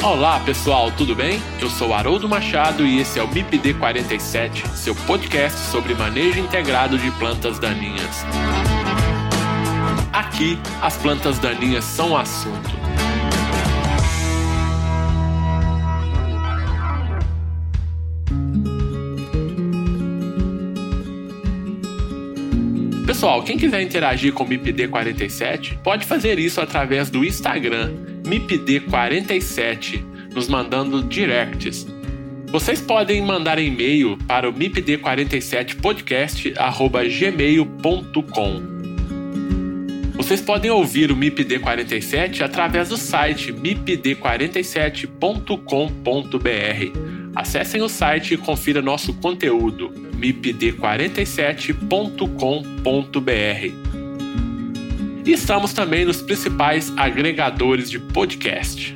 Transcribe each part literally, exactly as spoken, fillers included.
Olá pessoal, tudo bem? Eu sou Haroldo Machado e esse é o M I P D quarenta e sete, seu podcast sobre manejo integrado de plantas daninhas. Aqui, as plantas daninhas são o assunto. Pessoal, quem quiser interagir com o M I P D quarenta e sete, pode fazer isso através do Instagram, M I P D quarenta e sete, nos mandando directs. Vocês podem mandar e-mail para o M I P D quarenta e sete podcast arroba gmail ponto com. Vocês podem ouvir o M I P D quarenta e sete através do site m i p d quarenta e sete ponto com ponto b r. Acessem o site e confira nosso conteúdo, m i p d quarenta e sete ponto com ponto b r. E estamos também nos principais agregadores de podcast.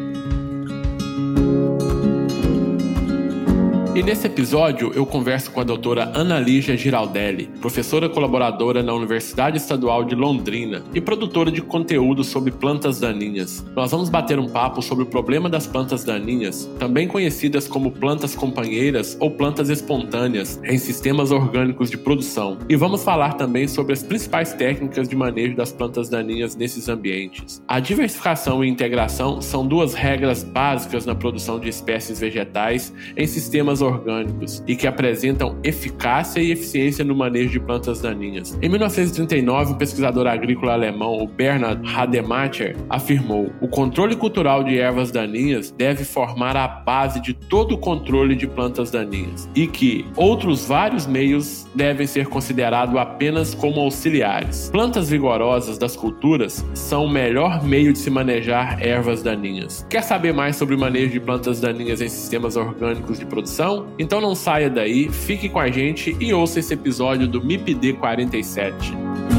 E nesse episódio eu converso com a doutora Ana Lígia Giraldelli, professora colaboradora na Universidade Estadual de Londrina e produtora de conteúdo sobre plantas daninhas. Nós vamos bater um papo sobre o problema das plantas daninhas, também conhecidas como plantas companheiras ou plantas espontâneas, em sistemas orgânicos de produção. E vamos falar também sobre as principais técnicas de manejo das plantas daninhas nesses ambientes. A diversificação e integração são duas regras básicas na produção de espécies vegetais em sistemas orgânicos e que apresentam eficácia e eficiência no manejo de plantas daninhas. Em mil novecentos e trinta e nove, um pesquisador agrícola alemão, o Bernhard Rademacher, afirmou: o controle cultural de ervas daninhas deve formar a base de todo o controle de plantas daninhas e que outros vários meios devem ser considerados apenas como auxiliares. Plantas vigorosas das culturas são o melhor meio de se manejar ervas daninhas. Quer saber mais sobre o manejo de plantas daninhas em sistemas orgânicos de produção? Então não saia daí, fique com a gente e ouça esse episódio do M I P D quarenta e sete.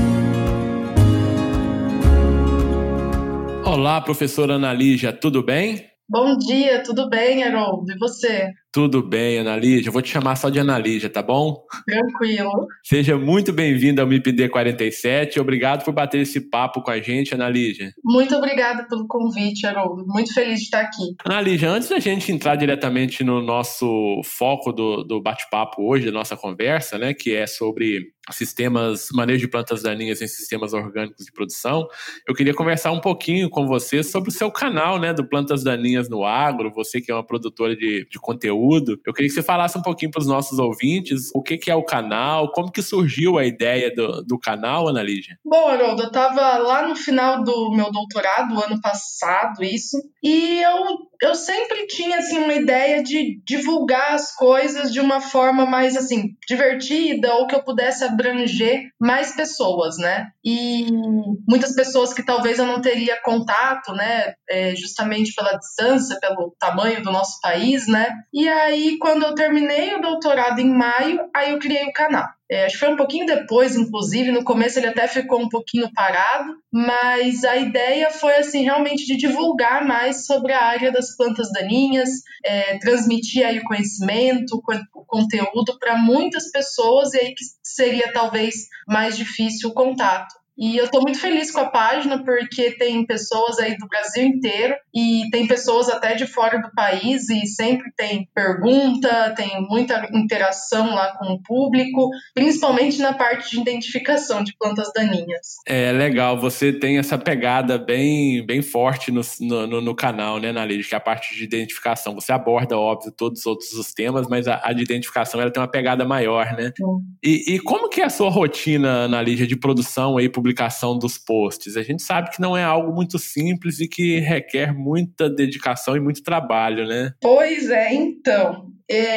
Olá, professora Ana Lígia, tudo bem? Bom dia, tudo bem, Haroldo? E você? Tudo bem, Ana Lígia. Eu vou te chamar só de Ana Lígia, tá bom? Tranquilo. Seja muito bem-vinda ao M I P D quarenta e sete. Obrigado por bater esse papo com a gente, Ana Lígia. Muito obrigada pelo convite, Haroldo. Muito feliz de estar aqui. Ana Lígia, antes da gente entrar diretamente no nosso foco do, do bate-papo hoje, da nossa conversa, né, que é sobre sistemas, manejo de plantas daninhas em sistemas orgânicos de produção, eu queria conversar um pouquinho com você sobre o seu canal, né, do Plantas Daninhas no Agro, você que é uma produtora de, de conteúdo. Eu queria que você falasse um pouquinho para os nossos ouvintes o que, que é o canal, como que surgiu a ideia do, do canal, Ana Lígia? Bom, Haroldo, eu estava lá no final do meu doutorado, ano passado, isso, e eu, eu sempre tinha, assim, uma ideia de divulgar as coisas de uma forma mais, assim, divertida ou que eu pudesse abranger mais pessoas, né? E muitas pessoas que talvez eu não teria contato, né? É, justamente pela distância, pelo tamanho do nosso país, né? E aí, quando eu terminei o doutorado em maio, aí eu criei o canal. É, acho que foi um pouquinho depois, inclusive, no começo ele até ficou um pouquinho parado, mas a ideia foi, assim, realmente de divulgar mais sobre a área das plantas daninhas, é, transmitir aí o conhecimento, o conteúdo para muitas pessoas, e aí que seria talvez mais difícil o contato. E eu estou muito feliz com a página porque tem pessoas aí do Brasil inteiro e tem pessoas até de fora do país e sempre tem pergunta, tem muita interação lá com o público, principalmente na parte de identificação de plantas daninhas. É legal, você tem essa pegada bem, bem forte no, no, no canal, né, Ana Lígia, que é a parte de identificação. Você aborda, óbvio, todos os outros os temas, mas a, a de identificação ela tem uma pegada maior, né? E, e como que é a sua rotina, Ana Lígia, de produção aí, publicação dos posts? A gente sabe que não é algo muito simples e que requer muita dedicação e muito trabalho, né? Pois é, então,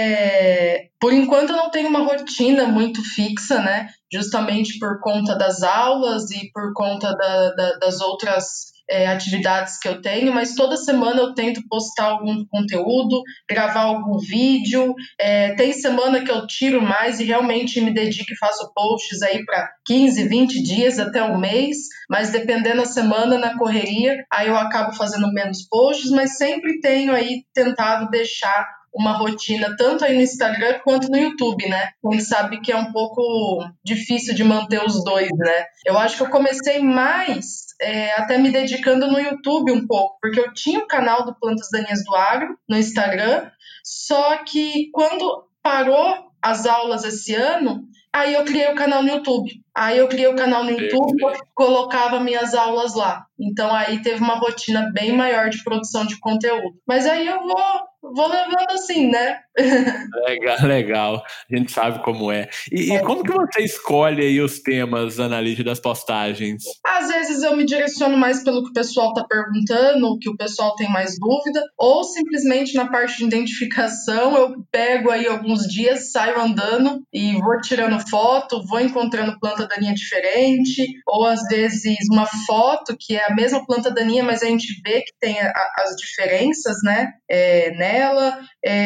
é... por enquanto eu não tenho uma rotina muito fixa, né? Justamente por conta das aulas e por conta da, da, das outras É, atividades que eu tenho, mas toda semana eu tento postar algum conteúdo, gravar algum vídeo, é, tem semana que eu tiro mais e realmente me dedico e faço posts aí para quinze, vinte dias até um mês, mas dependendo da semana na correria, aí eu acabo fazendo menos posts, mas sempre tenho aí tentado deixar uma rotina tanto aí no Instagram quanto no YouTube, né? A gente sabe que é um pouco difícil de manter os dois, né? Eu acho que eu comecei mais é, até me dedicando no YouTube um pouco, porque eu tinha o canal do Plantas Daninhas do Agro no Instagram, só que quando parou as aulas esse ano, aí eu criei o canal no YouTube. Aí eu criei o canal no YouTube e eu colocava minhas aulas lá. Então aí teve uma rotina bem maior de produção de conteúdo. Mas aí eu vou, vou levando assim, né? Legal, legal. A gente sabe como é. E, e como que você escolhe aí os temas, Ana-Lígia, das postagens? Às vezes eu me direciono mais pelo que o pessoal está perguntando, o que o pessoal tem mais dúvida, ou simplesmente na parte de identificação eu pego aí alguns dias, saio andando e vou tirando foto, vou encontrando planta daninha diferente, ou às vezes uma foto que é a mesma planta daninha, mas a gente vê que tem a, as diferenças, né, é, nela.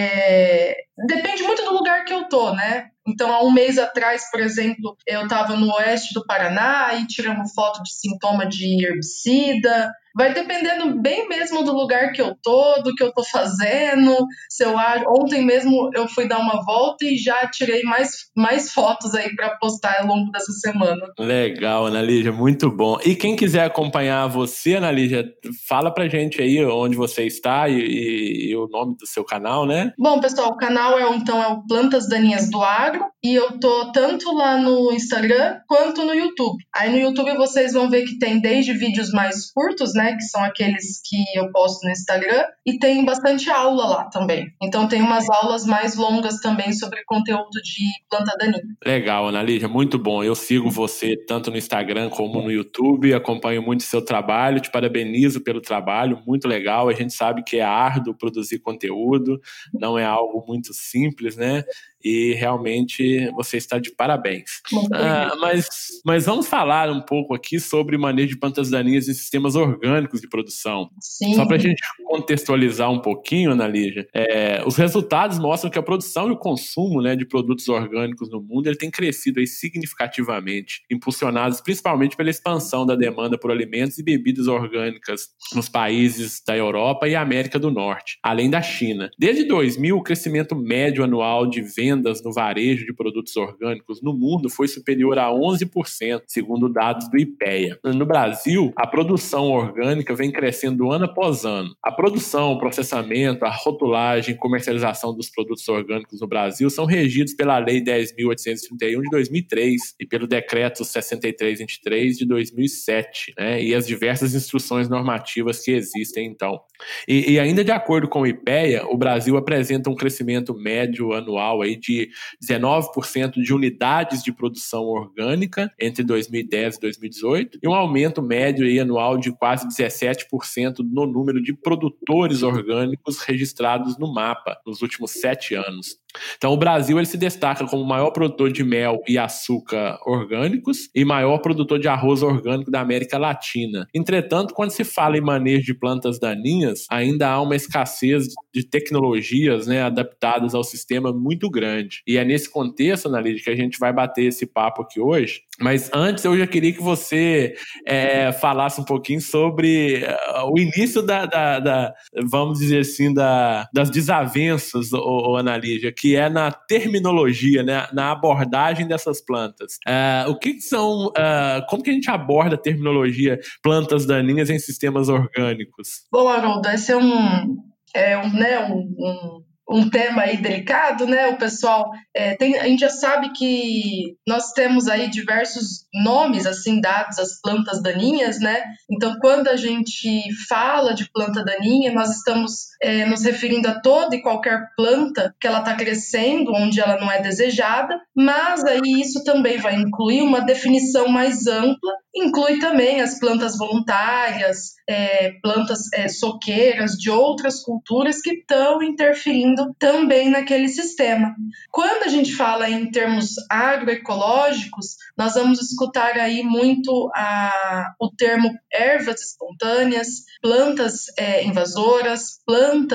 É, depende muito do lugar que eu tô, né? Então, há um mês atrás, por exemplo, eu estava no oeste do Paraná e tiramos foto de sintoma de herbicida. Vai dependendo bem mesmo do lugar que eu tô, do que eu tô fazendo. Se eu, ontem mesmo eu fui dar uma volta e já tirei mais, mais fotos aí para postar ao longo dessa semana. Legal, Ana-Lígia, muito bom. E quem quiser acompanhar você, Ana-Lígia, fala pra gente aí onde você está e, e, e o nome do seu canal, né? Bom, pessoal, o canal é, então, é o Plantas Daninhas do Agro e eu tô tanto lá no Instagram quanto no YouTube. Aí no YouTube vocês vão ver que tem desde vídeos mais curtos, né, que são aqueles que eu posto no Instagram, e tem bastante aula lá também. Então tem umas aulas mais longas também sobre conteúdo de planta daninha. Legal, Ana-Lígia, muito bom. Eu sigo você tanto no Instagram como no YouTube, acompanho muito o seu trabalho, te parabenizo pelo trabalho, muito legal. A gente sabe que é árduo produzir conteúdo, não é algo muito simples, né? E realmente você está de parabéns. Ah, mas, mas vamos falar um pouco aqui sobre manejo de plantas daninhas em sistemas orgânicos de produção. Sim. Só para a gente contextualizar um pouquinho, Ana-Lígia, é, os resultados mostram que a produção e o consumo, né, de produtos orgânicos no mundo ele tem crescido aí significativamente, impulsionados principalmente pela expansão da demanda por alimentos e bebidas orgânicas nos países da Europa e América do Norte, além da China. Desde dois mil, o crescimento médio anual de vendas no varejo de produtos orgânicos no mundo foi superior a onze por cento, segundo dados do IPEA. No Brasil, a produção orgânica vem crescendo ano após ano. A produção, o processamento, a rotulagem e comercialização dos produtos orgânicos no Brasil são regidos pela Lei dez mil oitocentos e trinta e um de dois mil e três e pelo Decreto sessenta e três vinte e três de dois mil e sete, né, e as diversas instruções normativas que existem, então. E, e ainda de acordo com o IPEA, o Brasil apresenta um crescimento médio anual aí de dezenove por cento de unidades de produção orgânica entre dois mil e dez e dois mil e dezoito e um aumento médio aí anual de quase dezessete por cento no número de produtores orgânicos registrados no mapa nos últimos sete anos. Então, o Brasil ele se destaca como o maior produtor de mel e açúcar orgânicos e maior produtor de arroz orgânico da América Latina. Entretanto, quando se fala em manejo de plantas daninhas, ainda há uma escassez de tecnologias, né, adaptadas ao sistema muito grande. E é nesse contexto, Ana-Lígia, que a gente vai bater esse papo aqui hoje. Mas antes, eu já queria que você é, falasse um pouquinho sobre uh, o início da, da, da, vamos dizer assim, da, das desavenças, ô, ô, Ana-Lígia, que é na terminologia, né, na abordagem dessas plantas. Uh, o que, que são, uh, como que a gente aborda a terminologia plantas daninhas em sistemas orgânicos? Bom, Haroldo, esse é um, é um, né, um, um... um tema aí delicado, né? O pessoal é, tem, a gente já sabe que nós temos aí diversos nomes assim dados às plantas daninhas, né? Então, quando a gente fala de planta daninha, nós estamos é, nos referindo a toda e qualquer planta que ela está crescendo, onde ela não é desejada, mas aí isso também vai incluir uma definição mais ampla, inclui também as plantas voluntárias, é, plantas é, soqueiras de outras culturas que estão interferindo também naquele sistema. Quando a gente fala em termos agroecológicos, nós vamos escutar aí muito a, o termo ervas espontâneas, plantas é, invasoras, plantas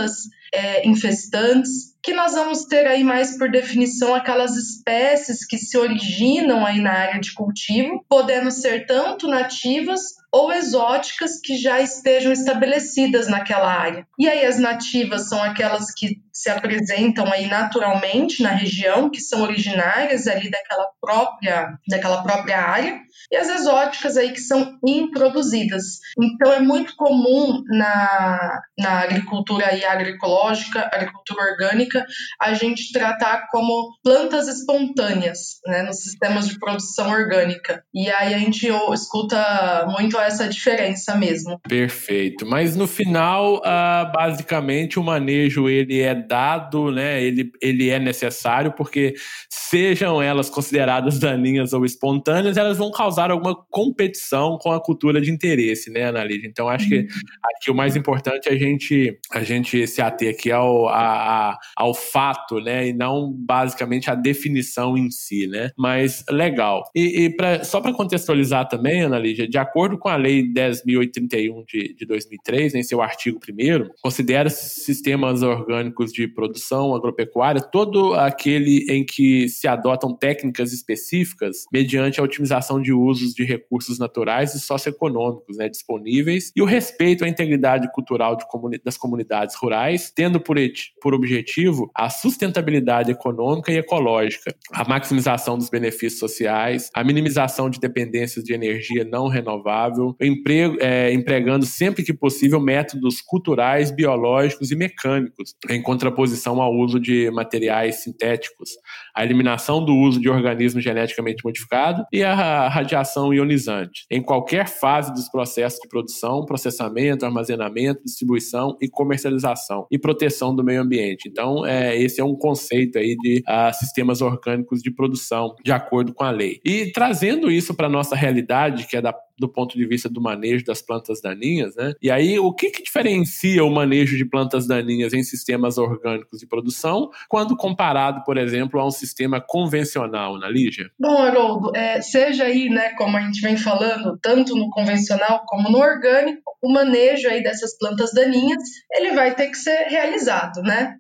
é, infestantes, que nós vamos ter aí mais por definição aquelas espécies que se originam aí na área de cultivo, podendo ser tanto nativas ou exóticas que já estejam estabelecidas naquela área. E aí as nativas são aquelas que se apresentam aí naturalmente na região, que são originárias ali daquela própria, daquela própria área, e as exóticas aí que são introduzidas. Então é muito comum na, na agricultura aí agroecológica, agricultura orgânica, a gente tratar como plantas espontâneas, né, nos sistemas de produção orgânica. E aí a gente escuta muito essa diferença mesmo. Perfeito. Mas no final, uh, basicamente, o manejo ele é dado, né? Ele, ele é necessário, porque sejam elas consideradas daninhas ou espontâneas, elas vão causar alguma competição com a cultura de interesse, né, Ana Lídia? Então, acho que aqui o mais importante é a gente, a gente se ater aqui ao, a, a, ao fato, né? E não basicamente a definição em si, né? Mas legal. E, e pra, só para contextualizar também, Ana Lídia, de acordo com a Lei dez mil e trinta e um de, de dois mil e três, em seu artigo primeiro, considera sistemas orgânicos de produção agropecuária todo aquele em que se adotam técnicas específicas mediante a otimização de usos de recursos naturais e socioeconômicos, né, disponíveis, e o respeito à integridade cultural de comuni- das comunidades rurais, tendo por, et- por objetivo a sustentabilidade econômica e ecológica, a maximização dos benefícios sociais, a minimização de dependências de energia não renovável, o emprego, é, empregando sempre que possível métodos culturais, biológicos e mecânicos, em contraposição ao uso de materiais sintéticos, a eliminação do uso de organismos geneticamente modificados e a radiação ionizante, em qualquer fase dos processos de produção, processamento, armazenamento, distribuição e comercialização e proteção do meio ambiente. Então, é, esse é um conceito aí de uh, sistemas orgânicos de produção, de acordo com a lei. E trazendo isso para a nossa realidade, que é da do ponto de vista do manejo das plantas daninhas, né? E aí, o que, que diferencia o manejo de plantas daninhas em sistemas orgânicos de produção quando comparado, por exemplo, a um sistema convencional, Ana Lígia? Bom, Haroldo, é, seja aí, né, como a gente vem falando, tanto no convencional como no orgânico, o manejo aí dessas plantas daninhas, ele vai ter que ser realizado, né?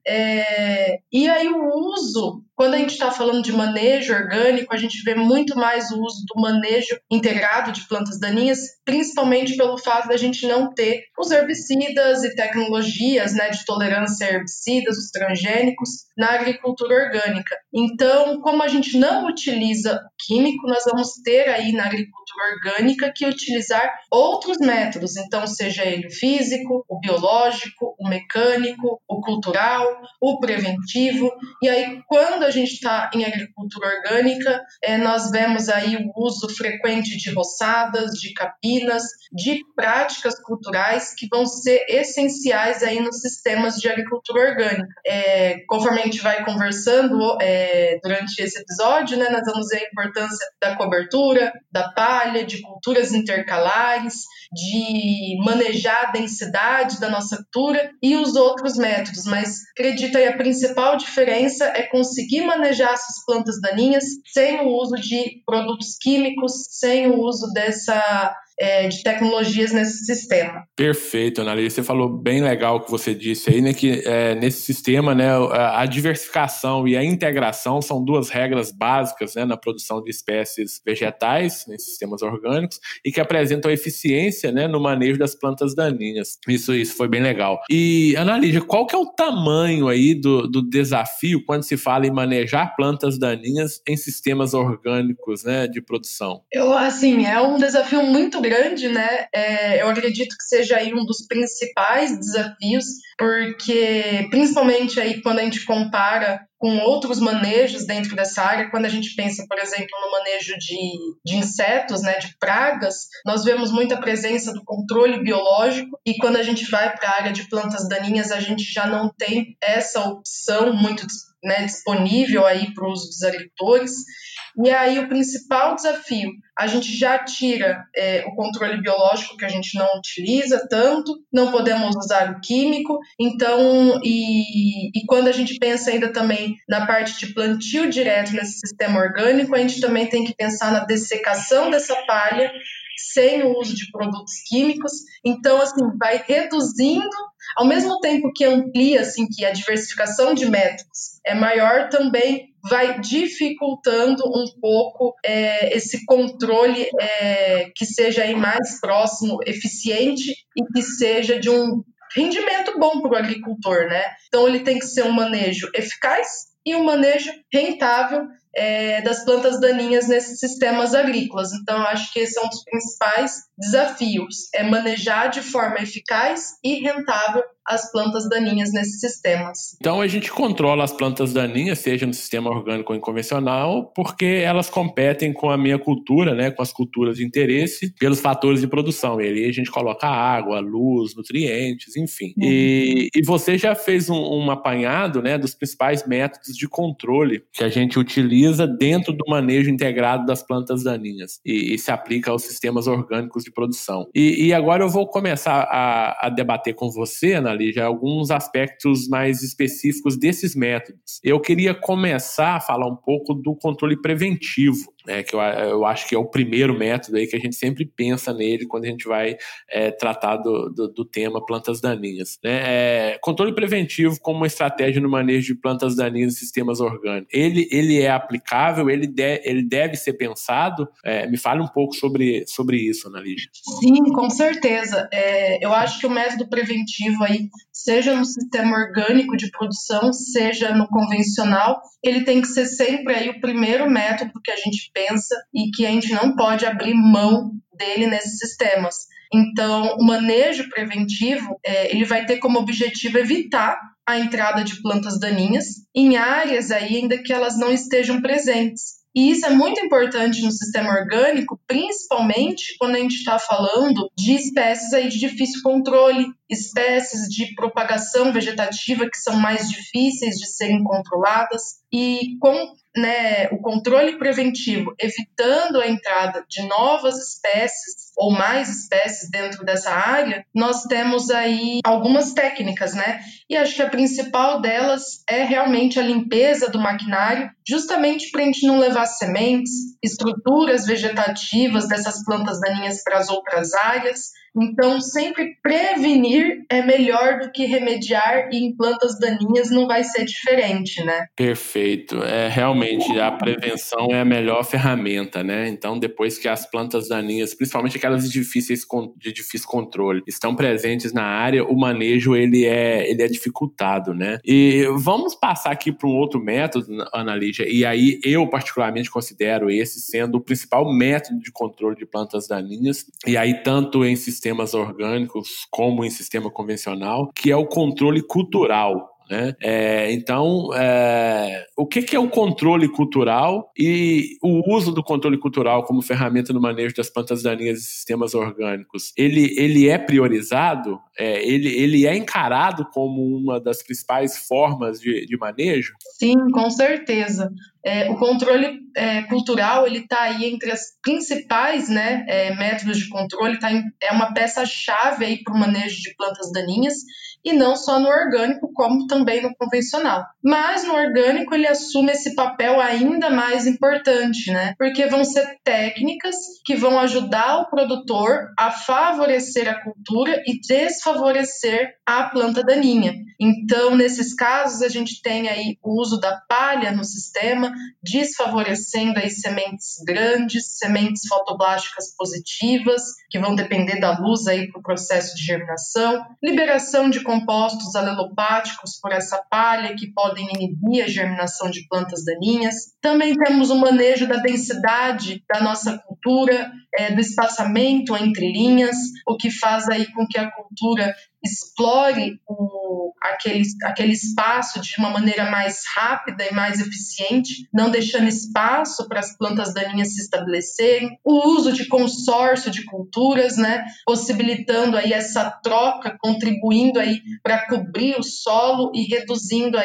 É, e aí o uso, quando a gente está falando de manejo orgânico, a gente vê muito mais o uso do manejo integrado de plantas daninhas, principalmente pelo fato da gente não ter os herbicidas e tecnologias, né, de tolerância a herbicidas, os transgênicos, na agricultura orgânica. Então, como a gente não utiliza o químico, nós vamos ter aí na agricultura orgânica que utilizar outros métodos, então seja ele o físico, o biológico, o mecânico, o cultural, o preventivo. E aí, quando a gente está em agricultura orgânica, é, nós vemos aí o uso frequente de roçadas, de capinas, de práticas culturais que vão ser essenciais aí nos sistemas de agricultura orgânica. É, conforme a gente vai conversando é, durante esse episódio, né, nós vamos ver a importância da cobertura, da palha, de culturas intercalares, de manejar a densidade da nossa cultura e os outros métodos, mas acredito aí a principal diferença é conseguir manejar essas plantas daninhas sem o uso de produtos químicos, sem o uso dessa É, de tecnologias nesse sistema. Perfeito, Ana Lídia. Você falou bem legal o que você disse aí, né? Que é, nesse sistema, né, a diversificação e a integração são duas regras básicas, né, na produção de espécies vegetais, em sistemas orgânicos, e que apresentam eficiência, né, no manejo das plantas daninhas. Isso, isso foi bem legal. E, Ana Lídia, qual que é o tamanho aí do, do desafio quando se fala em manejar plantas daninhas em sistemas orgânicos, né, de produção? Eu, assim, é um desafio muito grande, né? É, eu acredito que seja aí um dos principais desafios, porque principalmente aí quando a gente compara com outros manejos dentro dessa área, quando a gente pensa, por exemplo, no manejo de, de insetos, né, de pragas, nós vemos muita presença do controle biológico, e quando a gente vai para a área de plantas daninhas, a gente já não tem essa opção muito, né, disponível aí para o uso dos agricultores. E aí o principal desafio, a gente já tira é, o controle biológico que a gente não utiliza tanto, não podemos usar o químico, então, e, e quando a gente pensa ainda também na parte de plantio direto nesse sistema orgânico, a gente também tem que pensar na dessecação dessa palha sem o uso de produtos químicos. Então, assim, vai reduzindo, ao mesmo tempo que amplia, assim, que a diversificação de métodos é maior, também vai dificultando um pouco é, esse controle é, que seja aí mais próximo, eficiente e que seja de um rendimento bom para o agricultor, né? Então, ele tem que ser um manejo eficaz e um manejo rentável é, das plantas daninhas nesses sistemas agrícolas. Então, eu acho que esse é um dos principais desafios, é manejar de forma eficaz e rentável as plantas daninhas nesses sistemas. Então a gente controla as plantas daninhas, seja no sistema orgânico ou convencional, porque elas competem com a minha cultura, né, com as culturas de interesse, pelos fatores de produção. E aí a gente coloca água, luz, nutrientes, enfim. Uhum. E, e você já fez um, um apanhado, né, dos principais métodos de controle que a gente utiliza dentro do manejo integrado das plantas daninhas e, e se aplica aos sistemas orgânicos de produção. E, e agora eu vou começar a, a debater com você, Ana Lígia, alguns aspectos mais específicos desses métodos. Eu queria começar a falar um pouco do controle preventivo, né, que eu, eu acho que é o primeiro método aí que a gente sempre pensa nele quando a gente vai é, tratar do, do, do tema plantas daninhas. Né? É, controle preventivo como uma estratégia no manejo de plantas daninhas e sistemas orgânicos. Ele, ele é aplicável, ele, de, ele deve ser pensado? É, me fale um pouco sobre, sobre isso, Ana Lígia. Sim, com certeza. É, eu acho que o método preventivo aí, seja no sistema orgânico de produção, seja no convencional, ele tem que ser sempre aí o primeiro método que a gente pensa e que a gente não pode abrir mão dele nesses sistemas. Então, o manejo preventivo, é, ele vai ter como objetivo evitar a entrada de plantas daninhas em áreas aí ainda que elas não estejam presentes. E isso é muito importante no sistema orgânico, principalmente quando a gente está falando de espécies aí de difícil controle, espécies de propagação vegetativa que são mais difíceis de serem controladas. E com né, o controle preventivo, evitando a entrada de novas espécies ou mais espécies dentro dessa área, nós temos aí algumas técnicas, né? E acho que a principal delas é realmente a limpeza do maquinário, justamente para a gente não levar sementes, estruturas vegetativas dessas plantas daninhas para as outras áreas. Então, sempre prevenir é melhor do que remediar, e em plantas daninhas não vai ser diferente, né? Perfeito. É, realmente, a prevenção é a melhor ferramenta, né? Então, depois que as plantas daninhas, principalmente aquelas difíceis de difícil controle, estão presentes na área, o manejo ele é, ele é dificultado, né? E vamos passar aqui para um outro método, Ana Lígia, e aí eu particularmente considero esse sendo o principal método de controle de plantas daninhas, e aí tanto em sistemas sistemas orgânicos como em sistema convencional, que é o controle cultural. Né? É, então, é, o que, que é o controle cultural e o uso do controle cultural como ferramenta no manejo das plantas daninhas e sistemas orgânicos? Ele, ele é priorizado? É, ele, ele é encarado como uma das principais formas de, de manejo? Sim, com certeza. É, o controle é, cultural ele está aí entre as principais né, é, métodos de controle, tá em, é uma peça-chave aí para o manejo de plantas daninhas, e não só no orgânico, como também no convencional. Mas no orgânico ele assume esse papel ainda mais importante, né? Porque vão ser técnicas que vão ajudar o produtor a favorecer a cultura e desfavorecer a planta daninha. Então, nesses casos, a gente tem aí o uso da palha no sistema, desfavorecendo aí sementes grandes, sementes fotoblásticas positivas, que vão depender da luz aí para o processo de germinação, liberação de compostos alelopáticos por essa palha, que podem inibir a germinação de plantas daninhas. Também temos o manejo da densidade da nossa cultura, é, do espaçamento entre linhas, o que faz aí com que a cultura explore o, aquele, aquele espaço de uma maneira mais rápida e mais eficiente, não deixando espaço para as plantas daninhas se estabelecerem. O uso de consórcio de culturas, né, possibilitando aí essa troca, contribuindo aí para cobrir o solo e reduzindo aí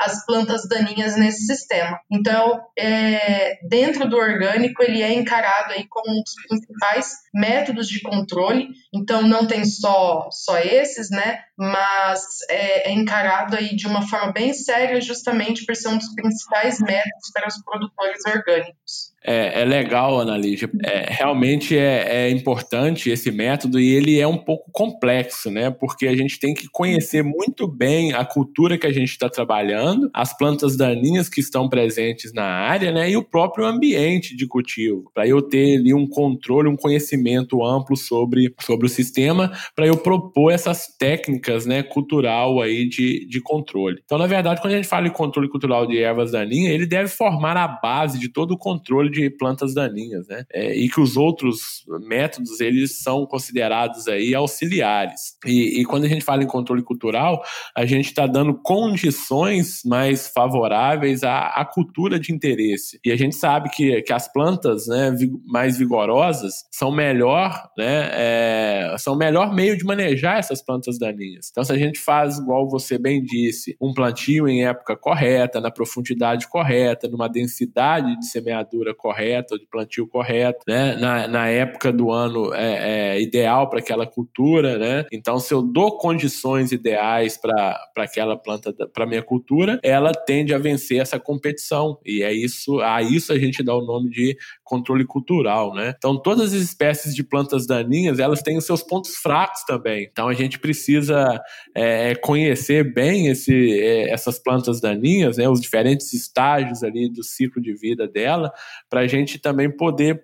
as plantas daninhas nesse sistema. Então, é, dentro do orgânico, ele é encarado aí como um dos principais métodos de controle. Então, não tem só, só esses, né? Mas é, é encarado aí de uma forma bem séria, justamente por ser um dos principais métodos para os produtores orgânicos. É, é legal, Ana Lígia. É, realmente é, é importante esse método e ele é um pouco complexo, né? Porque a gente tem que conhecer muito bem a cultura que a gente está trabalhando, as plantas daninhas que estão presentes na área, né? E o próprio ambiente de cultivo, para eu ter ali um controle, um conhecimento amplo sobre, sobre o sistema, para eu propor essas técnicas, né, cultural aí de, de controle. Então, na verdade, quando a gente fala em controle cultural de ervas daninhas, ele deve formar a base de todo o controle de plantas daninhas, né? É, e que os outros métodos, eles são considerados aí auxiliares. E, e quando a gente fala em controle cultural, a gente está dando condições mais favoráveis à, à cultura de interesse. E a gente sabe que, que as plantas, né, mais vigorosas são melhor, né, é, são o melhor meio de manejar essas plantas daninhas. Então, se a gente faz, igual você bem disse, um plantio em época correta, na profundidade correta, numa densidade de semeadura correta, de plantio correto, né? Na, na época do ano é, é ideal para aquela cultura, né? Então, se eu dou condições ideais para aquela planta, para minha cultura, ela tende a vencer essa competição. E é isso, a isso a gente dá o nome de controle cultural, né? Então, todas as espécies de plantas daninhas, elas têm os seus pontos fracos também. Então, a gente precisa é, conhecer bem esse, é, essas plantas daninhas, né? Os diferentes estágios ali do ciclo de vida dela, para a gente também poder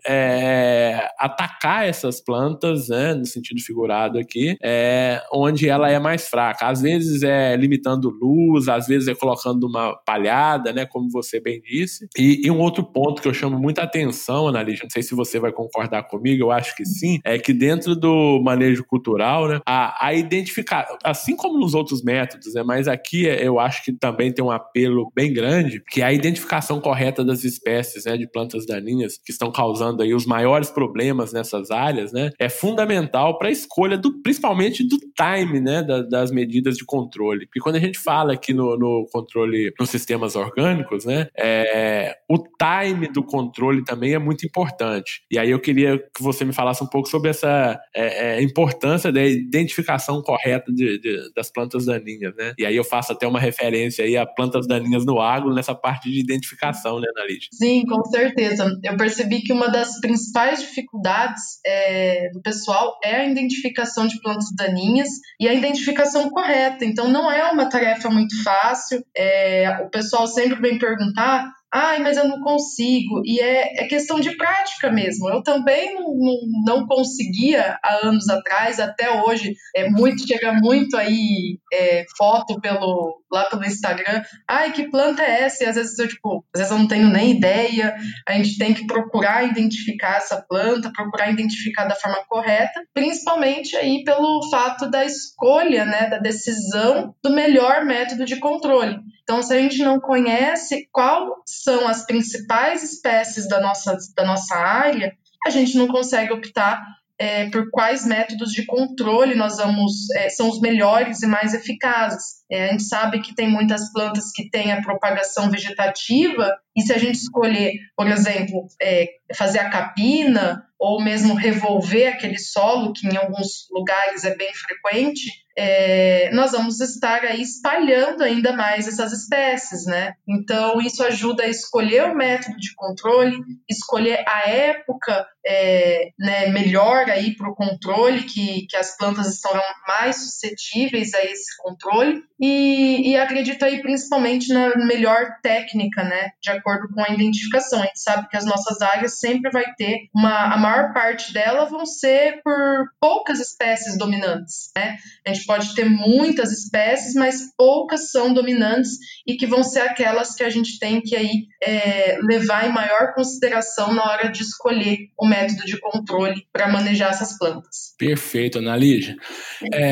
é, atacar essas plantas, né, no sentido figurado aqui, é, onde ela é mais fraca. Às vezes é limitando luz, às vezes é colocando uma palhada, né, como você bem disse. E, e um outro ponto que eu chamo muita atenção, Ana Lígia, não sei se você vai concordar comigo, eu acho que sim, é que dentro do manejo cultural, né, a, a identificar, assim como nos outros métodos, né, mas aqui eu acho que também tem um apelo bem grande, que é a identificação correta das espécies, né, de plantas daninhas que estão causando aí os maiores problemas nessas áreas, né, é fundamental para a escolha, do, principalmente do time, né, da, das medidas de controle. Porque quando a gente fala aqui no, no controle nos sistemas orgânicos, né, é, o time do controle também é muito importante. E aí eu queria que você me falasse um pouco sobre essa é, é, importância da identificação correta de, de, das plantas daninhas, né? E aí eu faço até uma referência aí a plantas daninhas no agro nessa parte de identificação, né, Ana Lígia? Sim, com certeza. Eu percebi que uma das principais dificuldades é, do pessoal é a identificação de plantas daninhas e a identificação correta. Então, não é uma tarefa muito fácil. É, o pessoal sempre vem perguntar: ai, mas eu não consigo. E é, é questão de prática mesmo. Eu também não, não, não conseguia há anos atrás, até hoje. É muito, chega muito aí é, foto pelo, lá pelo Instagram. Ai, que planta é essa? E às vezes eu, tipo, às vezes eu não tenho nem ideia. A gente tem que procurar identificar essa planta, procurar identificar da forma correta, principalmente aí pelo fato da escolha, né, da decisão do melhor método de controle. Então, se a gente não conhece qual são as principais espécies da nossa, da nossa área, a gente não consegue optar é, por quais métodos de controle nós vamos, é, são os melhores e mais eficazes. É, a gente sabe que tem muitas plantas que têm a propagação vegetativa, e se a gente escolher, por exemplo, é, fazer a capina, ou mesmo revolver aquele solo, que em alguns lugares é bem frequente, é, nós vamos estar aí espalhando ainda mais essas espécies, né? Então, isso ajuda a escolher o método de controle, escolher a época é, né, melhor aí para o controle, que, que as plantas estarão mais suscetíveis a esse controle, e, e acredito aí principalmente na melhor técnica, né, de acordo com a identificação. A gente sabe que as nossas áreas sempre vai ter uma, a maior parte dela vão ser por poucas espécies dominantes, né? A gente pode ter muitas espécies, mas poucas são dominantes e que vão ser aquelas que a gente tem que aí, é, levar em maior consideração na hora de escolher o método de controle para manejar essas plantas. Perfeito, Ana Lígia. É,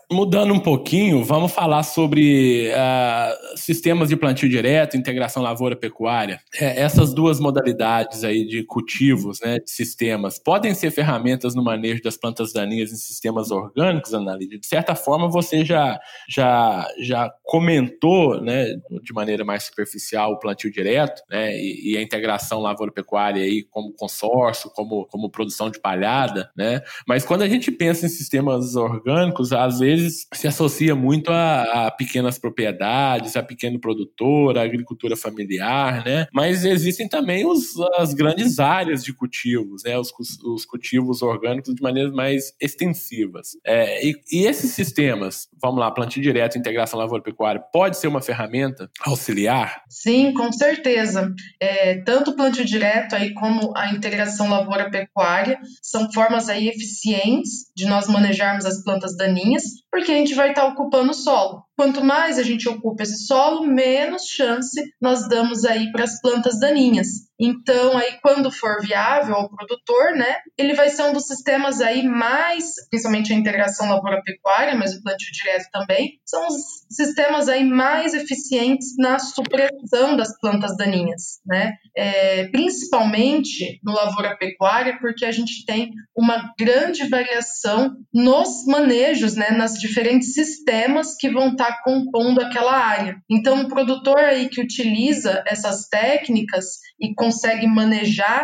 Mudando um pouquinho, vamos falar sobre uh, sistemas de plantio direto, integração lavoura-pecuária. É, essas duas modalidades aí de cultivos, né, de sistemas, podem ser ferramentas no manejo das plantas daninhas em sistemas orgânicos, Ana Lídia? De certa forma, você já, já, já comentou, né, de maneira mais superficial o plantio direto, né, e, e a integração lavoura-pecuária aí como consórcio, como, como produção de palhada, né? Mas quando a gente pensa em sistemas orgânicos, às vezes se associa muito a, a pequenas propriedades, a pequeno produtor, a agricultura familiar, né? Mas existem também os, as grandes áreas de cultivos, né? Os, os cultivos orgânicos de maneiras mais extensivas. É, e, e esses sistemas, vamos lá, plantio direto, integração lavoura-pecuária, pode ser uma ferramenta auxiliar? Sim, com certeza. É, tanto o plantio direto aí como a integração lavoura-pecuária são formas aí eficientes de nós manejarmos as plantas daninhas, porque a gente vai estar ocupando o solo. Quanto mais a gente ocupa esse solo, menos chance nós damos aí para as plantas daninhas. Então, aí, quando for viável ao produtor, né, ele vai ser um dos sistemas aí mais, principalmente a integração lavoura-pecuária, mas o plantio direto também, são os sistemas aí mais eficientes na supressão das plantas daninhas, né? É, principalmente no lavoura-pecuária, porque a gente tem uma grande variação nos manejos, né, nas diferentes sistemas que vão estar compondo aquela área. Então, o produtor aí que utiliza essas técnicas e consegue manejar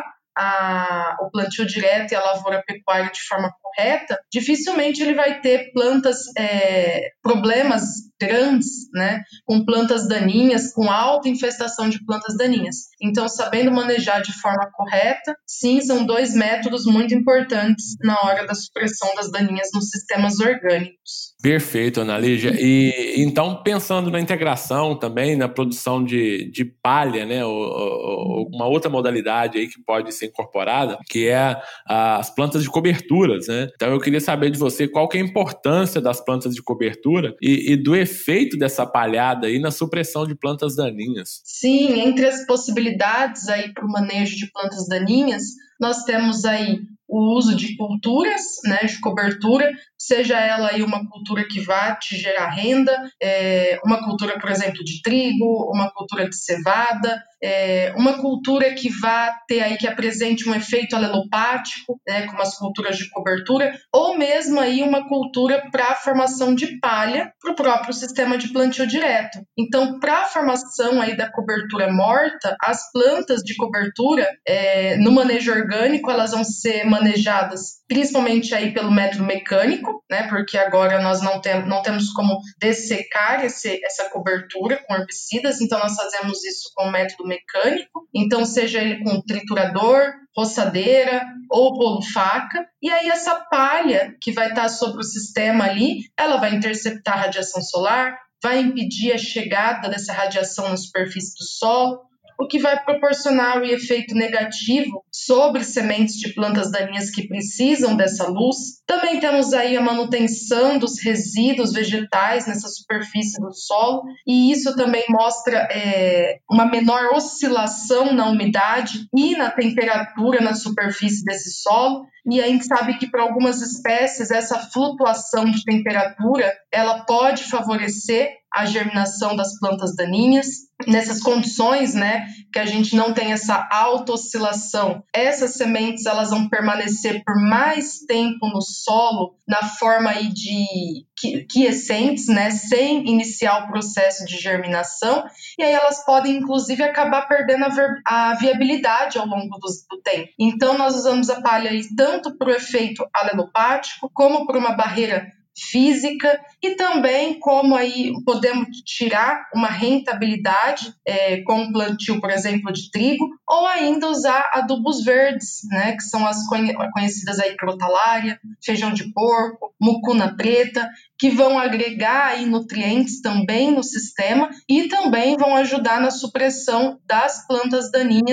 a, o plantio direto e a lavoura-pecuária de forma correta, dificilmente ele vai ter plantas, é, problemas grandes, né, com plantas daninhas, com alta infestação de plantas daninhas. Então, sabendo manejar de forma correta, sim, são dois métodos muito importantes na hora da supressão das daninhas nos sistemas orgânicos. Perfeito, Ana Lígia. E então, pensando na integração também, na produção de, de palha, né, ou, ou uma outra modalidade aí que pode ser incorporada, que é as plantas de coberturas, né? Então, eu queria saber de você qual que é a importância das plantas de cobertura e, e do efeito dessa palhada aí na supressão de plantas daninhas. Sim, entre as possibilidades aí para o manejo de plantas daninhas, nós temos aí o uso de culturas, né, de cobertura, seja ela aí uma cultura que vá te gerar renda, é, uma cultura, por exemplo, de trigo, uma cultura de cevada, é, uma cultura que vá ter aí, que apresente um efeito alelopático, né, como as culturas de cobertura, ou mesmo aí uma cultura para a formação de palha para o próprio sistema de plantio direto. Então, para a formação aí da cobertura morta, as plantas de cobertura, é, no manejo orgânico, elas vão ser manejadas principalmente aí pelo método mecânico, né, porque agora nós não, tem, não temos como dessecar esse, essa cobertura com herbicidas, então nós fazemos isso com o método mecânico, então seja ele com triturador, roçadeira ou rolo faca, e aí essa palha que vai estar sobre o sistema ali, ela vai interceptar a radiação solar, vai impedir a chegada dessa radiação na superfície do solo, o que vai proporcionar o efeito negativo sobre sementes de plantas daninhas que precisam dessa luz. Também temos aí a manutenção dos resíduos vegetais nessa superfície do solo, e isso também mostra é, uma menor oscilação na umidade e na temperatura na superfície desse solo. E a gente sabe que para algumas espécies essa flutuação de temperatura ela pode favorecer a germinação das plantas daninhas. Nessas condições, né, que a gente não tem essa alta oscilação, essas sementes elas vão permanecer por mais tempo no solo na forma aí de quiescentes, né, sem iniciar o processo de germinação, e aí elas podem inclusive acabar perdendo a, ver, a viabilidade ao longo do, do tempo. Então nós usamos a palha aí tanto para o efeito alelopático como para uma barreira física, e também como aí podemos tirar uma rentabilidade é, com o plantio, por exemplo, de trigo, ou ainda usar adubos verdes, né, que são as conhecidas aí crotalária, feijão de porco, mucuna preta, que vão agregar aí nutrientes também no sistema e também vão ajudar na supressão das plantas daninhas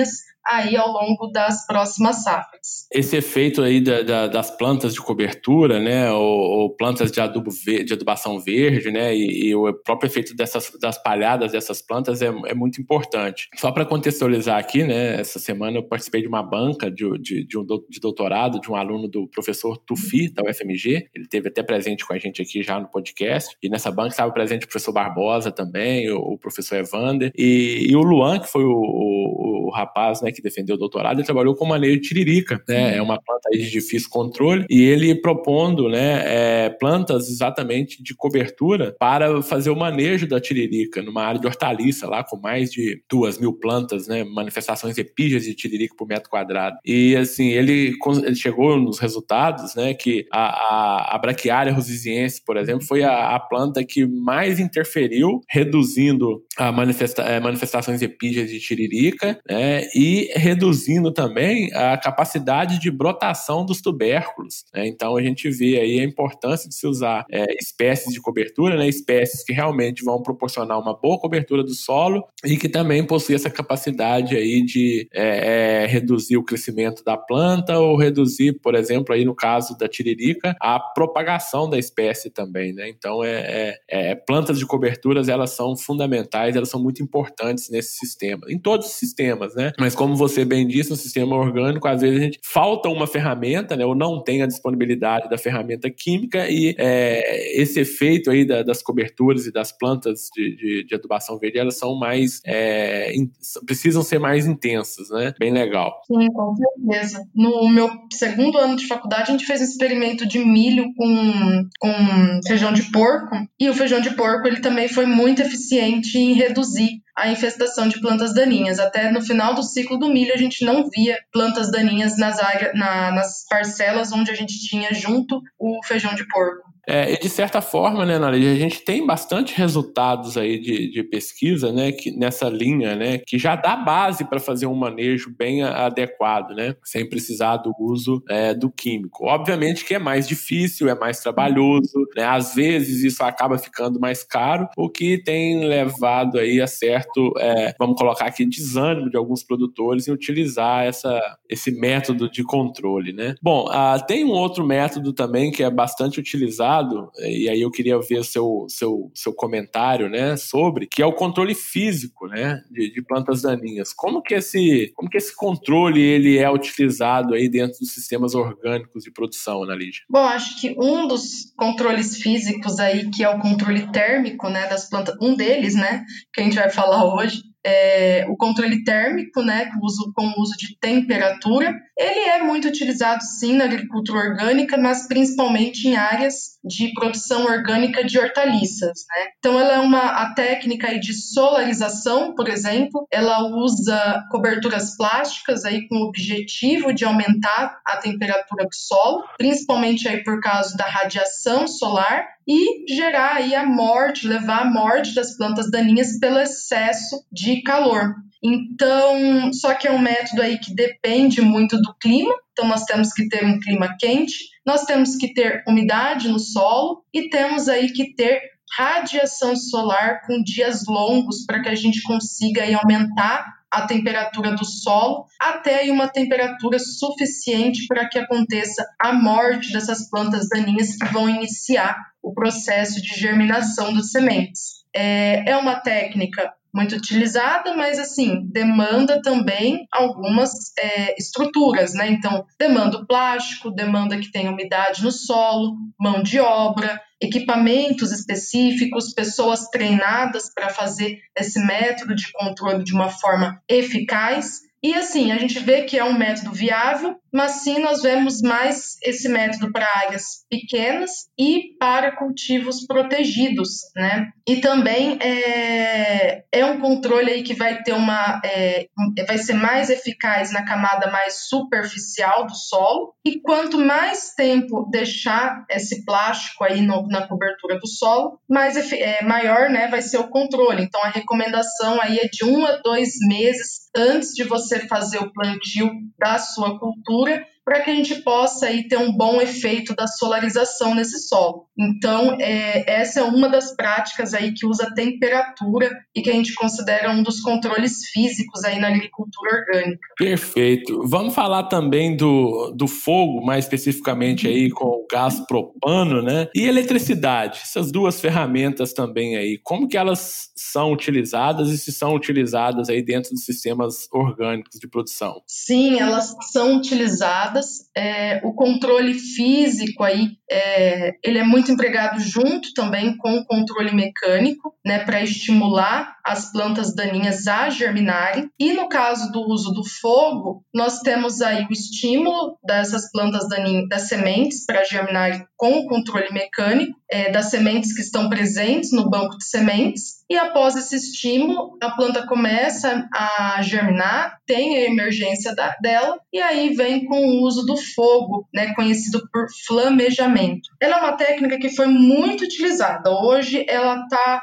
aí ao longo das próximas safras. Esse efeito aí da, da, das plantas de cobertura, né, ou, ou plantas de, adubo ver, de adubação verde, né, e, e o próprio efeito dessas, das palhadas dessas plantas é, é muito importante. Só para contextualizar aqui, né, essa semana eu participei de uma banca de, de, de, um do, de doutorado de um aluno do professor Tufi, da U F M G. Ele esteve até presente com a gente aqui já no podcast, e nessa banca estava presente o professor Barbosa também, o, o professor Evander, e, e o Luan, que foi o, o, o rapaz, né, que defendeu o doutorado. Ele trabalhou com manejo de tiririca, né, é uma planta aí de difícil controle, e ele propondo, né, é, plantas exatamente de cobertura para fazer o manejo da tiririca numa área de hortaliça lá com mais de duas mil plantas, né, manifestações epígeas de tiririca por metro quadrado. E assim, ele, ele chegou nos resultados, né, que a, a, a Braquiária rosisiense, por exemplo, foi a, a planta que mais interferiu, reduzindo a manifesta, é, manifestações epígeas de tiririca, né, e reduzindo também a capacidade de brotação dos tubérculos, né? Então a gente vê aí a importância de se usar é, espécies de cobertura, né, espécies que realmente vão proporcionar uma boa cobertura do solo e que também possuem essa capacidade aí de é, é, reduzir o crescimento da planta ou reduzir, por exemplo, aí no caso da tiririca, a propagação da espécie também, né? Então é, é, é, plantas de coberturas, elas são fundamentais, elas são muito importantes nesse sistema, em todos os sistemas, né? Mas como você bem disse, no sistema orgânico, às vezes a gente falta uma ferramenta, né, ou não tem a disponibilidade da ferramenta química, e é, esse efeito aí da, das coberturas e das plantas de, de, de adubação verde, elas são mais é, in, precisam ser mais intensas, né? Bem legal. Sim, com certeza. No meu segundo ano de faculdade, a gente fez um experimento de milho com, com feijão de porco, e o feijão de porco ele também foi muito eficiente em reduzir a infestação de plantas daninhas. Até no final do ciclo do milho, a gente não via plantas daninhas nas, áreas, na, nas parcelas onde a gente tinha junto o feijão de porco. É, e de certa forma, né, Nália, a gente tem bastante resultados aí de, de pesquisa, né, que, nessa linha, né, que já dá base para fazer um manejo bem adequado, né, sem precisar do uso é, do químico. Obviamente que é mais difícil, é mais trabalhoso, né, às vezes isso acaba ficando mais caro, o que tem levado aí a certo, é, vamos colocar aqui, desânimo de alguns produtores em utilizar essa, esse método de controle, né. Bom, ah, tem um outro método também que é bastante utilizado, e aí eu queria ver o seu, seu, seu comentário, né, sobre, que é o controle físico, né, de, de plantas daninhas. Como que, esse, como que esse controle ele é utilizado aí dentro dos sistemas orgânicos de produção, Ana Lígia? Bom, acho que um dos controles físicos aí, que é o controle térmico, né, das plantas, um deles, né, que a gente vai falar hoje, é o controle térmico, né, com o uso, com o uso de temperatura. Ele é muito utilizado, sim, na agricultura orgânica, mas principalmente em áreas de produção orgânica de hortaliças, né? Então, ela é uma a técnica aí de solarização, por exemplo, ela usa coberturas plásticas aí com o objetivo de aumentar a temperatura do solo, principalmente aí por causa da radiação solar, e gerar aí a morte, levar à morte das plantas daninhas pelo excesso de calor. Então, só que é um método aí que depende muito do clima, então nós temos que ter um clima quente, nós temos que ter umidade no solo e temos aí que ter radiação solar com dias longos para que a gente consiga aí aumentar a temperatura do solo até aí uma temperatura suficiente para que aconteça a morte dessas plantas daninhas que vão iniciar o processo de germinação das sementes. É, é uma técnica muito utilizada, mas assim, demanda também algumas é, estruturas, né? Então, demanda o plástico, demanda que tenha umidade no solo, mão de obra, equipamentos específicos, pessoas treinadas para fazer esse método de controle de uma forma eficaz. E assim, a gente vê que é um método viável, mas sim nós vemos mais esse método para áreas pequenas e para cultivos protegidos, né? E também é, é um controle aí que vai ter uma, é, vai ser mais eficaz na camada mais superficial do solo, e quanto mais tempo deixar esse plástico aí no, na cobertura do solo, mais é, maior, né, vai ser o controle. Então a recomendação aí é de um a dois meses antes de você fazer o plantio da sua cultura, para que a gente possa aí ter um bom efeito da solarização nesse solo. Então, é, essa é uma das práticas aí que usa temperatura e que a gente considera um dos controles físicos aí na agricultura orgânica. Perfeito. Vamos falar também do, do fogo, mais especificamente aí com o gás propano, né? E eletricidade, essas duas ferramentas também aí, como que elas são utilizadas e se são utilizadas aí dentro dos sistemas orgânicos de produção? Sim, elas são utilizadas. É, o controle físico aí, é, ele é muito empregado junto também com o controle mecânico, né, para estimular as plantas daninhas a germinarem. E no caso do uso do fogo, nós temos aí o estímulo dessas plantas daninhas, das sementes para germinarem com o controle mecânico, é, das sementes que estão presentes no banco de sementes. E após esse estímulo, a planta começa a germinar, tem a emergência da, dela, e aí vem com o uso do fogo, né, conhecido por flamejamento. Ela é uma técnica que foi muito utilizada. Hoje ela está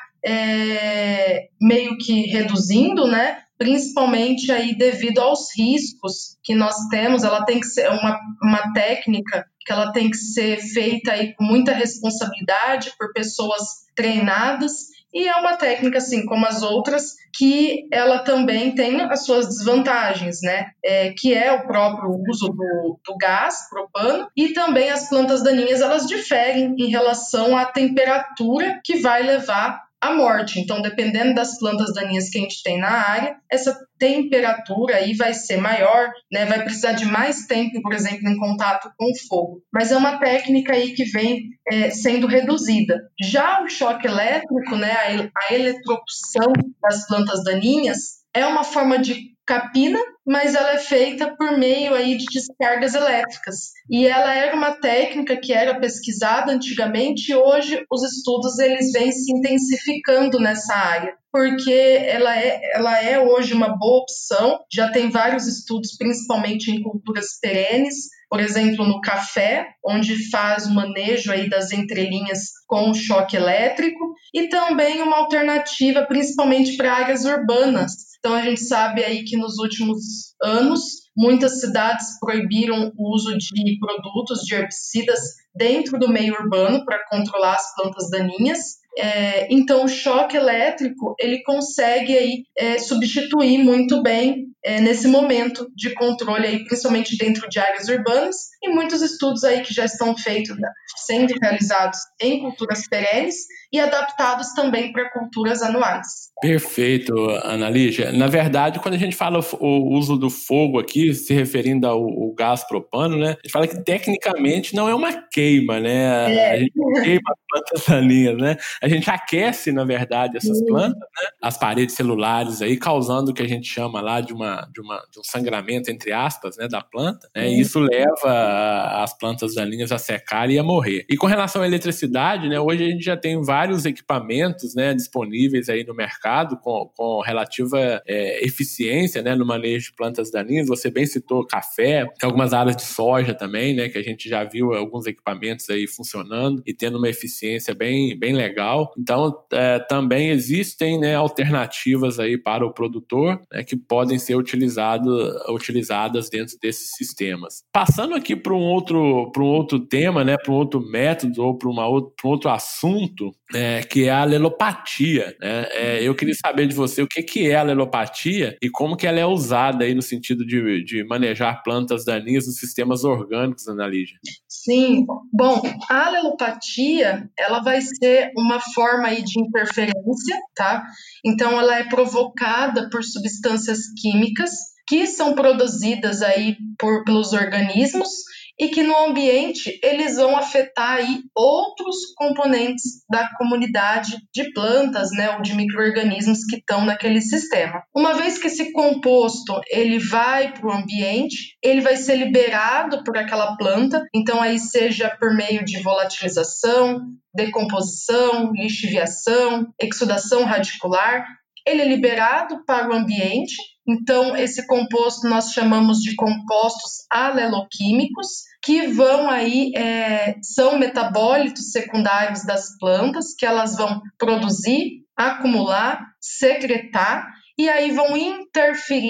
é, meio que reduzindo, né? Principalmente aí devido aos riscos que nós temos. Ela tem que ser uma, uma técnica que ela tem que ser feita aí com muita responsabilidade por pessoas treinadas, e é uma técnica, assim como as outras, que ela também tem as suas desvantagens, né? É, que é o próprio uso do, do gás propano, e também as plantas daninhas, elas diferem em relação à temperatura que vai levar à morte. Então, dependendo das plantas daninhas que a gente tem na área, essa temperatura aí vai ser maior, né? Vai precisar de mais tempo, por exemplo, em contato com o fogo. Mas é uma técnica aí que vem é, sendo reduzida. Já o choque elétrico, né, a, a eletrocução das plantas daninhas, é uma forma de capina, mas ela é feita por meio aí de descargas elétricas. E ela era uma técnica que era pesquisada antigamente, e hoje os estudos eles vêm se intensificando nessa área, porque ela é, ela é hoje uma boa opção. Já tem vários estudos, principalmente em culturas perenes, por exemplo, no café, onde faz o manejo aí das entrelinhas com o choque elétrico, e também uma alternativa principalmente para áreas urbanas. Então, a gente sabe aí que nos últimos anos, muitas cidades proibiram o uso de produtos, de herbicidas, dentro do meio urbano para controlar as plantas daninhas. É, então, o choque elétrico, ele consegue aí, é, substituir muito bem é, nesse momento de controle, aí, principalmente dentro de áreas urbanas, e muitos estudos aí que já estão feitos, né, sendo realizados em culturas perenes e adaptados também para culturas anuais. Perfeito, Ana Lígia. Na verdade, quando a gente fala o uso do fogo aqui, se referindo ao, ao gás propano, né, a gente fala que tecnicamente não é uma queima, né? É. A gente queima as plantas daninhas, né? A gente aquece, na verdade, essas Sim. plantas, né? As paredes celulares aí, causando o que a gente chama lá de, uma, de, uma, de um sangramento, entre aspas, né, da planta, né? E isso leva as plantas daninhas a secar e a morrer. E com relação à eletricidade, né, hoje a gente já tem vários equipamentos, né, disponíveis aí no mercado, Com, com relativa é, eficiência, né, no manejo de plantas daninhas. Você bem citou café, tem algumas áreas de soja também, né, que a gente já viu alguns equipamentos aí funcionando e tendo uma eficiência bem, bem legal. Então, é, também existem, né, alternativas aí para o produtor, né, que podem ser utilizado, utilizadas dentro desses sistemas. Passando aqui para um outro, para um outro tema, né, para um outro método ou para, uma outra, para um outro assunto, é, que é a alelopatia, né? É, eu queria saber de você o que, que é a alelopatia e como que ela é usada aí no sentido de, de manejar plantas daninhas nos sistemas orgânicos, Ana Lígia. Sim, bom, a alelopatia, ela vai ser uma forma aí de interferência, tá? Então, ela é provocada por substâncias químicas que são produzidas aí por, pelos organismos, e que no ambiente eles vão afetar aí outros componentes da comunidade de plantas, né, ou de micro-organismos que estão naquele sistema. Uma vez que esse composto ele vai para o ambiente, ele vai ser liberado por aquela planta, então aí seja por meio de volatilização, decomposição, lixiviação, exudação radicular, ele é liberado para o ambiente. Então, esse composto nós chamamos de compostos aleloquímicos, que vão aí, é, são metabólitos secundários das plantas, que elas vão produzir, acumular, secretar, e aí vão interferir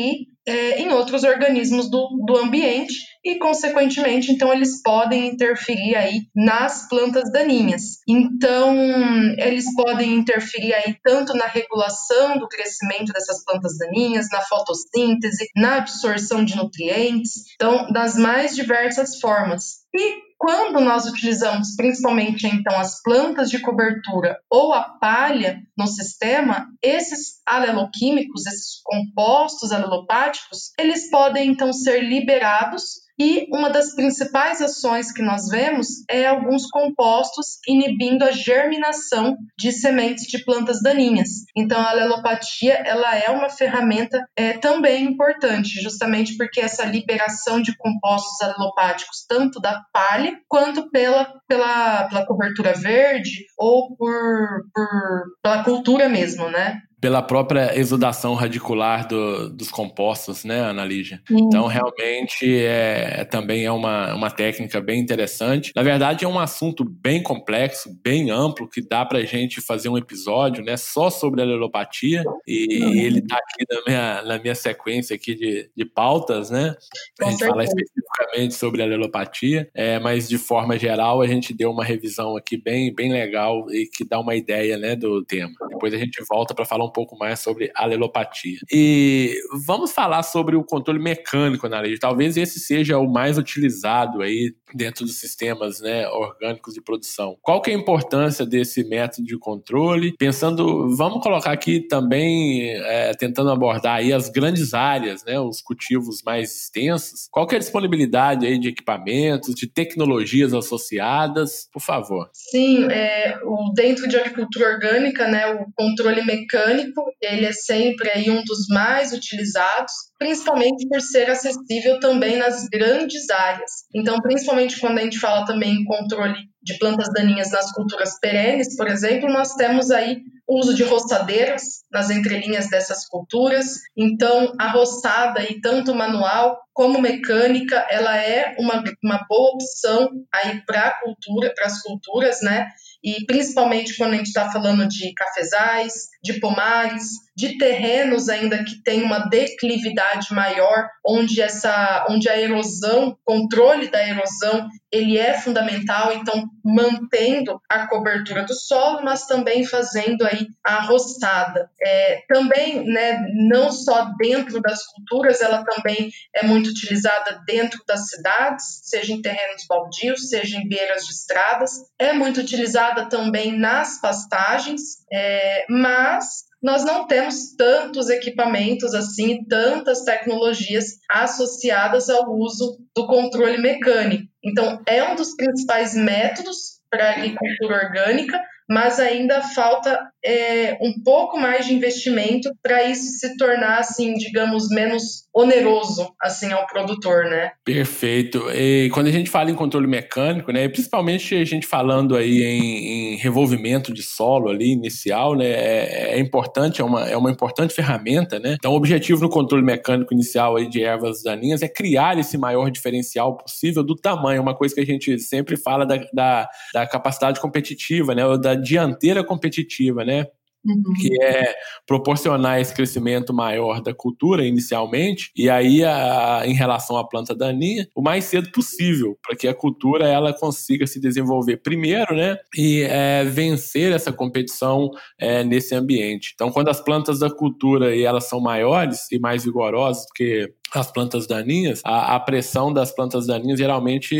é, em outros organismos do, do ambiente e, consequentemente, então eles podem interferir aí nas plantas daninhas. Então, eles podem interferir aí tanto na regulação do crescimento dessas plantas daninhas, na fotossíntese, na absorção de nutrientes, então, das mais diversas formas. E quando nós utilizamos principalmente então as plantas de cobertura ou a palha no sistema, esses aleloquímicos, esses compostos alelopáticos, eles podem então ser liberados. E uma das principais ações que nós vemos é alguns compostos inibindo a germinação de sementes de plantas daninhas. Então, a alelopatia ela é uma ferramenta é, também importante, justamente porque essa liberação de compostos alelopáticos, tanto da palha, quanto pela, pela, pela cobertura verde ou por, por, pela cultura mesmo, né? Pela própria exudação radicular do, dos compostos, né, Ana Lígia? Sim. Então, realmente, é, também é uma, uma técnica bem interessante. Na verdade, é um assunto bem complexo, bem amplo, que dá pra gente fazer um episódio, né, só sobre a alelopatia, e uhum. ele tá aqui na minha, na minha sequência aqui de, de pautas, né, pra gente falar especificamente sobre a alelopatia, é, mas, de forma geral, a gente deu uma revisão aqui bem, bem legal e que dá uma ideia, né, do tema. Depois a gente volta para falar um pouco mais sobre alelopatia. E vamos falar sobre o controle mecânico na lei. Talvez esse seja o mais utilizado aí dentro dos sistemas, né, orgânicos de produção. Qual que é a importância desse método de controle? Pensando, vamos colocar aqui também, é, tentando abordar aí as grandes áreas, né, os cultivos mais extensos. Qual que é a disponibilidade aí de equipamentos, de tecnologias associadas? Por favor. Sim, é, o, dentro de agricultura orgânica, né, o controle mecânico ele é sempre aí um dos mais utilizados, principalmente por ser acessível também nas grandes áreas. Então, principalmente quando a gente fala também em controle de plantas daninhas nas culturas perenes, por exemplo, nós temos aí o uso de roçadeiras nas entrelinhas dessas culturas. Então, a roçada, aí, tanto manual como mecânica, ela é uma, uma boa opção aí para a cultura, para as culturas, né? E principalmente quando a gente está falando de cafezais, de pomares, de terrenos ainda que tem uma declividade maior, onde, essa, onde a erosão, controle da erosão, ele é fundamental, então mantendo a cobertura do solo, mas também fazendo aí a roçada. É, também, né, não só dentro das culturas, ela também é muito utilizada dentro das cidades, seja em terrenos baldios, seja em beiras de estradas, é muito utilizada também nas pastagens, é, mas nós não temos tantos equipamentos assim, tantas tecnologias associadas ao uso do controle mecânico. Então, é um dos principais métodos para a agricultura orgânica, mas ainda falta é, um pouco mais de investimento para isso se tornar, assim, digamos, menos oneroso, assim, ao produtor, né? Perfeito. E quando a gente fala em controle mecânico, né, principalmente a gente falando aí em, em revolvimento de solo ali, inicial, né, é, é importante, é uma, é uma importante ferramenta, né? Então, o objetivo no controle mecânico inicial aí de ervas daninhas é criar esse maior diferencial possível do tamanho, uma coisa que a gente sempre fala da, da, da capacidade competitiva, né, ou da dianteira competitiva, né? Uhum. Que é proporcionar esse crescimento maior da cultura inicialmente, e aí a, em relação à planta daninha, o mais cedo possível, para que a cultura ela consiga se desenvolver primeiro, né, e é, vencer essa competição é, nesse ambiente. Então, quando as plantas da cultura e elas são maiores e mais vigorosas do que as plantas daninhas, a, a pressão das plantas daninhas geralmente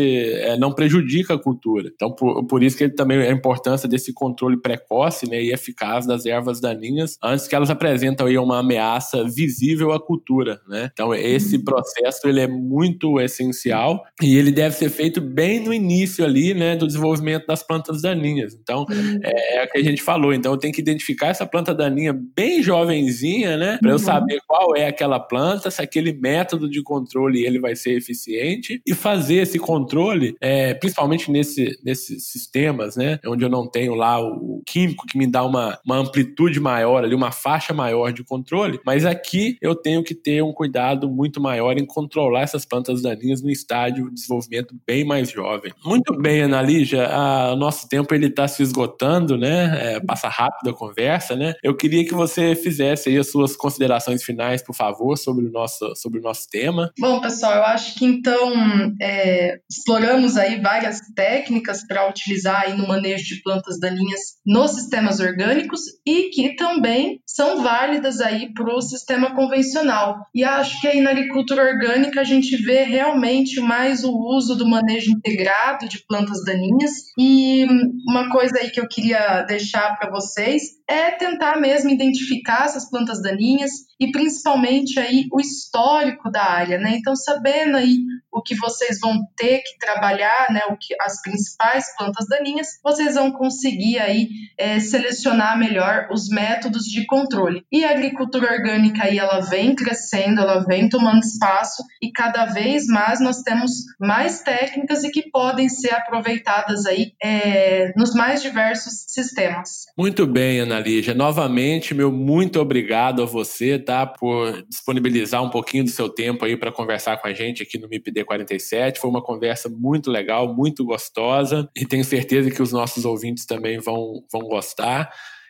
é, não prejudica a cultura. Então, por, por isso que ele, também a importância desse controle precoce, né, e eficaz das ervas daninhas, antes que elas apresentem aí uma ameaça visível à cultura, né? Então, esse processo ele é muito essencial e ele deve ser feito bem no início ali, né, do desenvolvimento das plantas daninhas. Então, é, é o que a gente falou. Então, eu tenho que identificar essa planta daninha bem jovenzinha, né, para eu saber qual é aquela planta, se aquele método de controle ele vai ser eficiente, e fazer esse controle, é, principalmente nesse, nesses sistemas, né, onde eu não tenho lá o químico que me dá uma, uma amplitude maior, ali, uma faixa maior de controle, mas aqui eu tenho que ter um cuidado muito maior em controlar essas plantas daninhas no estágio de desenvolvimento bem mais jovem. Muito bem, Ana Lígia, a, o nosso tempo está se esgotando, né? É, passa rápido a conversa, né? Eu queria que você fizesse aí as suas considerações finais, por favor, sobre o nosso, sobre o nosso tema. Bom, pessoal, eu acho que então é, exploramos aí várias técnicas para utilizar aí no manejo de plantas daninhas nos sistemas orgânicos e que também são válidas aí para o sistema convencional. E acho que aí na agricultura orgânica a gente vê realmente mais o uso do manejo integrado de plantas daninhas. E uma coisa aí que eu queria deixar para vocês é tentar mesmo identificar essas plantas daninhas e principalmente aí o histórico da área, né? Então, sabendo aí o que vocês vão ter que trabalhar, né? O que, as principais plantas daninhas, vocês vão conseguir aí é, selecionar melhor os métodos de controle. E a agricultura orgânica aí, ela vem crescendo, ela vem tomando espaço e cada vez mais nós temos mais técnicas e que podem ser aproveitadas aí é, nos mais diversos sistemas. Muito bem, Ana Lígia. Novamente, meu muito obrigado a você, tá, por disponibilizar um pouquinho do seu tempo aí para conversar com a gente aqui no M I P D quarenta e sete. Foi uma conversa muito legal, muito gostosa e tenho certeza que os nossos ouvintes também vão, vão gostar.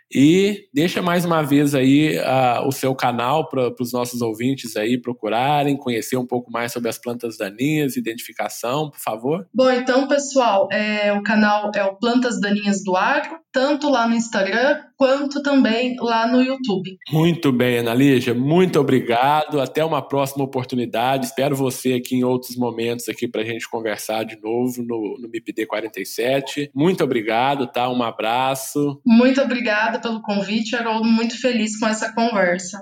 E deixa mais uma vez aí uh, o seu canal para os nossos ouvintes aí procurarem, conhecer um pouco mais sobre as plantas daninhas, identificação, por favor. Bom, então, pessoal, é, o canal é o Plantas Daninhas do Agro, tanto lá no Instagram quanto também lá no YouTube. Muito bem, Ana Lígia, muito obrigado. Até uma próxima oportunidade. Espero você aqui em outros momentos aqui para a gente conversar de novo no, no M I P D quarenta e sete. Muito obrigado, tá? Um abraço. Muito obrigada pelo convite, Haroldo. Muito feliz com essa conversa.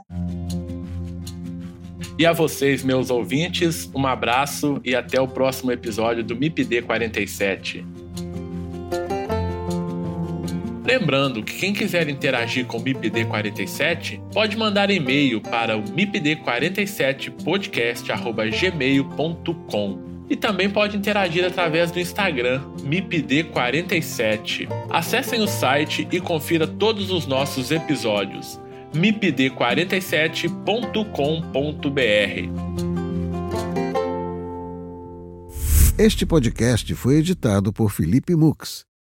E a vocês, meus ouvintes, um abraço e até o próximo episódio do M I P D quarenta e sete. Lembrando que quem quiser interagir com o M I P D quarenta e sete pode mandar e-mail para o m i p d quarenta e sete podcast arroba gmail ponto com e também pode interagir através do Instagram M I P D quarenta e sete. Acessem o site e confira todos os nossos episódios m i p d quarenta e sete ponto com ponto b r. Este podcast foi editado por Felipe Mux.